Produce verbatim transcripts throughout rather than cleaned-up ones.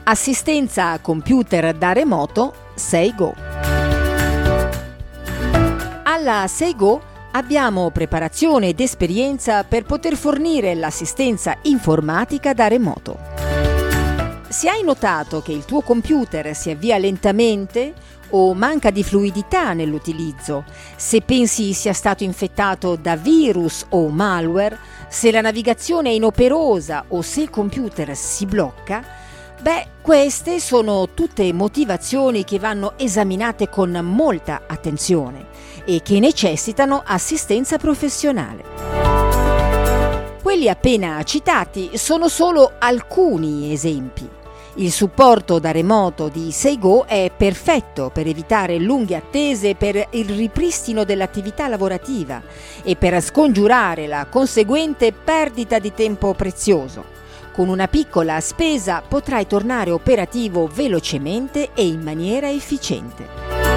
Assistenza computer da remoto SeiGo. Alla SeiGo abbiamo preparazione ed esperienza per poter fornire l'assistenza informatica da remoto. Se hai notato che il tuo computer si avvia lentamente o manca di fluidità nell'utilizzo, se pensi sia stato infettato da virus o malware, se la navigazione è inoperosa o se il computer si blocca, beh, queste sono tutte motivazioni che vanno esaminate con molta attenzione e che necessitano assistenza professionale. Quelli appena citati sono solo alcuni esempi. Il supporto da remoto di SeiGo è perfetto per evitare lunghe attese per il ripristino dell'attività lavorativa e per scongiurare la conseguente perdita di tempo prezioso. Con una piccola spesa potrai tornare operativo velocemente e in maniera efficiente.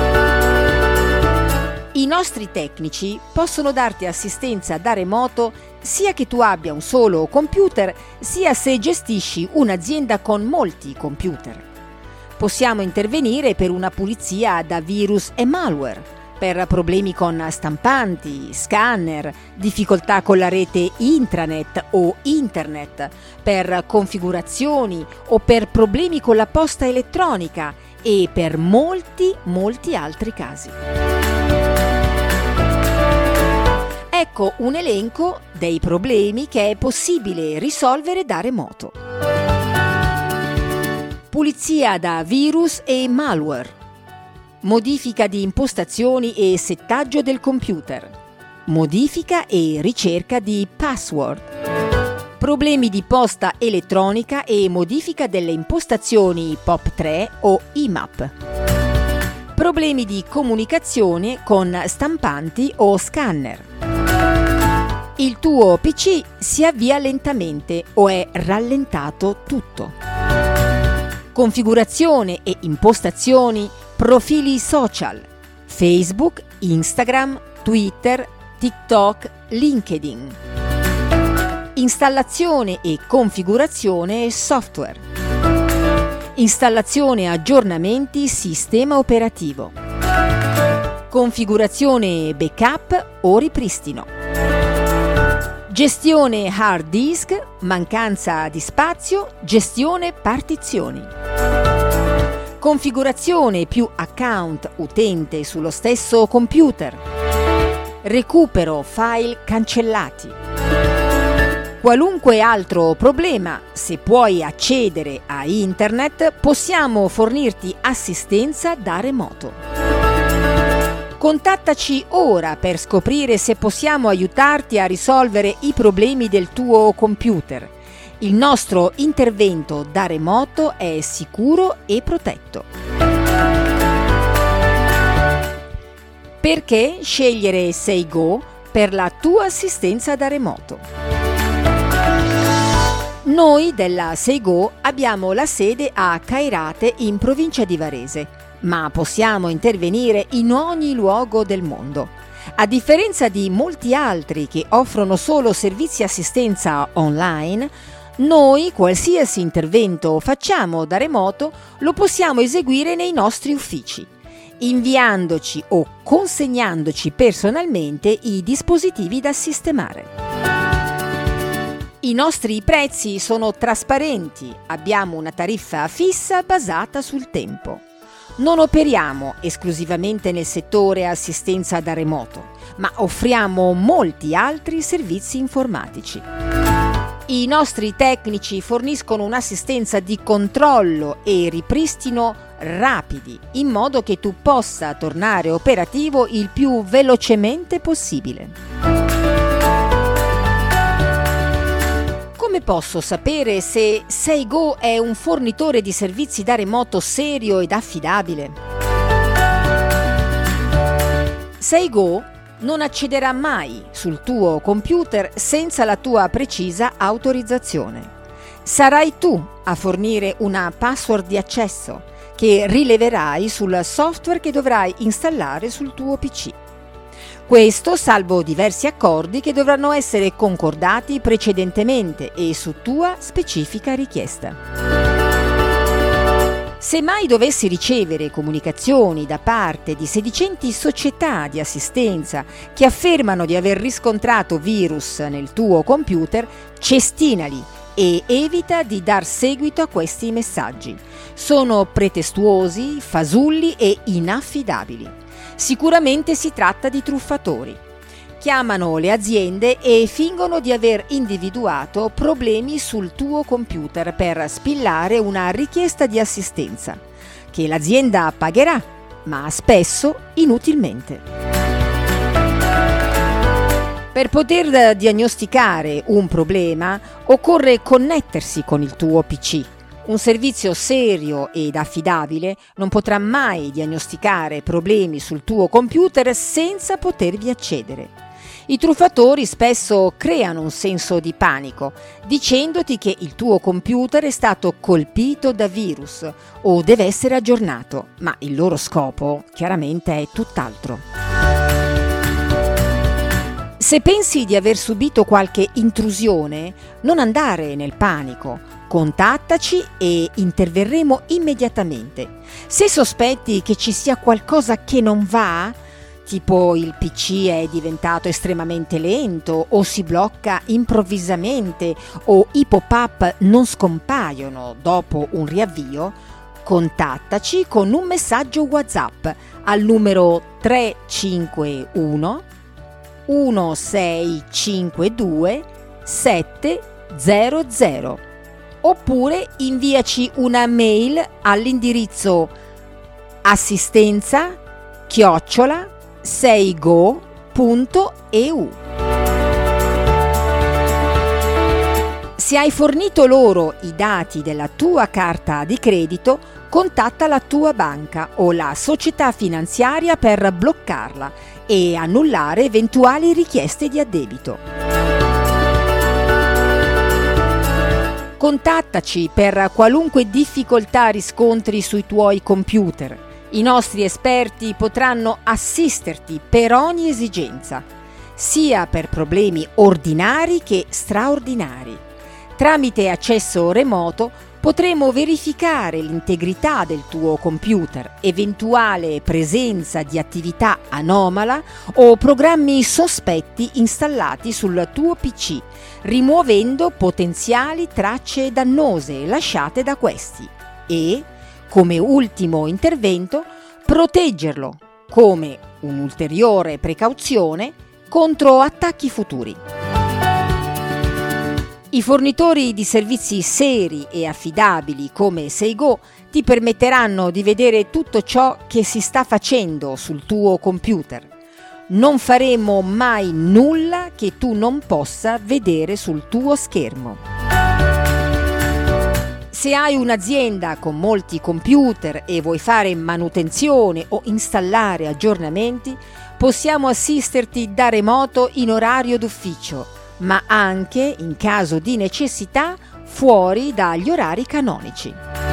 I nostri tecnici possono darti assistenza da remoto sia che tu abbia un solo computer, sia se gestisci un'azienda con molti computer. Possiamo intervenire per una pulizia da virus e malware, per problemi con stampanti, scanner, difficoltà con la rete intranet o internet, per configurazioni o per problemi con la posta elettronica e per molti, molti altri casi. Ecco un elenco dei problemi che è possibile risolvere da remoto. Pulizia da virus e malware. Modifica di impostazioni e settaggio del computer. Modifica e ricerca di password. Problemi di posta elettronica e modifica delle impostazioni P O P tre o I M A P. Problemi di comunicazione con stampanti o scanner. Il tuo P C si avvia lentamente o è rallentato tutto. Configurazione e impostazioni profili social, Facebook, Instagram, Twitter, TikTok, LinkedIn. Installazione e configurazione software. Installazione e aggiornamenti sistema operativo. Configurazione backup o ripristino. Gestione hard disk, mancanza di spazio, gestione partizioni. Configurazione più account utente sullo stesso computer. Recupero file cancellati. Qualunque altro problema, se puoi accedere a internet, possiamo fornirti assistenza da remoto. Contattaci ora per scoprire se possiamo aiutarti a risolvere i problemi del tuo computer. Il nostro intervento da remoto è sicuro e protetto. Perché scegliere SeiGo per la tua assistenza da remoto? Noi della SeiGo abbiamo la sede a Cairate in provincia di Varese, ma possiamo intervenire in ogni luogo del mondo. A differenza di molti altri che offrono solo servizi assistenza online, noi qualsiasi intervento facciamo da remoto lo possiamo eseguire nei nostri uffici, inviandoci o consegnandoci personalmente i dispositivi da sistemare. I nostri prezzi sono trasparenti, abbiamo una tariffa fissa basata sul tempo. Non operiamo esclusivamente nel settore assistenza da remoto, ma offriamo molti altri servizi informatici. I nostri tecnici forniscono un'assistenza di controllo e ripristino rapidi, in modo che tu possa tornare operativo il più velocemente possibile. Come posso sapere se SeiGo è un fornitore di servizi da remoto serio ed affidabile? SeiGo non accederà mai sul tuo computer senza la tua precisa autorizzazione. Sarai tu a fornire una password di accesso che rileverai sul software che dovrai installare sul tuo P C. Questo salvo diversi accordi che dovranno essere concordati precedentemente e su tua specifica richiesta. Se mai dovessi ricevere comunicazioni da parte di sedicenti società di assistenza che affermano di aver riscontrato virus nel tuo computer, cestinali e evita di dar seguito a questi messaggi. Sono pretestuosi, fasulli e inaffidabili. Sicuramente si tratta di truffatori. Chiamano le aziende e fingono di aver individuato problemi sul tuo computer per spillare una richiesta di assistenza, che l'azienda pagherà, ma spesso inutilmente. Per poter diagnosticare un problema occorre connettersi con il tuo P C. Un servizio serio ed affidabile non potrà mai diagnosticare problemi sul tuo computer senza potervi accedere. I truffatori spesso creano un senso di panico, dicendoti che il tuo computer è stato colpito da virus o deve essere aggiornato, ma il loro scopo chiaramente è tutt'altro. Se pensi di aver subito qualche intrusione, non andare nel panico. Contattaci e interverremo immediatamente. Se sospetti che ci sia qualcosa che non va, tipo il P C è diventato estremamente lento o si blocca improvvisamente o i pop-up non scompaiono dopo un riavvio, contattaci con un messaggio WhatsApp al numero tre cinque uno uno sei cinque due sette zero zero oppure inviaci una mail all'indirizzo assistenza chiocciola seigo punto e u. Se hai fornito loro i dati della tua carta di credito, contatta la tua banca o la società finanziaria per bloccarla e annullare eventuali richieste di addebito. Contattaci per qualunque difficoltà riscontri sui tuoi computer. I nostri esperti potranno assisterti per ogni esigenza, sia per problemi ordinari che straordinari. Tramite accesso remoto potremo verificare l'integrità del tuo computer, eventuale presenza di attività anomala o programmi sospetti installati sul tuo P C, rimuovendo potenziali tracce dannose lasciate da questi e, come ultimo intervento, proteggerlo come un'ulteriore precauzione contro attacchi futuri. I fornitori di servizi seri e affidabili come Seigo ti permetteranno di vedere tutto ciò che si sta facendo sul tuo computer. Non faremo mai nulla che tu non possa vedere sul tuo schermo. Se hai un'azienda con molti computer e vuoi fare manutenzione o installare aggiornamenti, possiamo assisterti da remoto in orario d'ufficio, ma anche, in caso di necessità, fuori dagli orari canonici.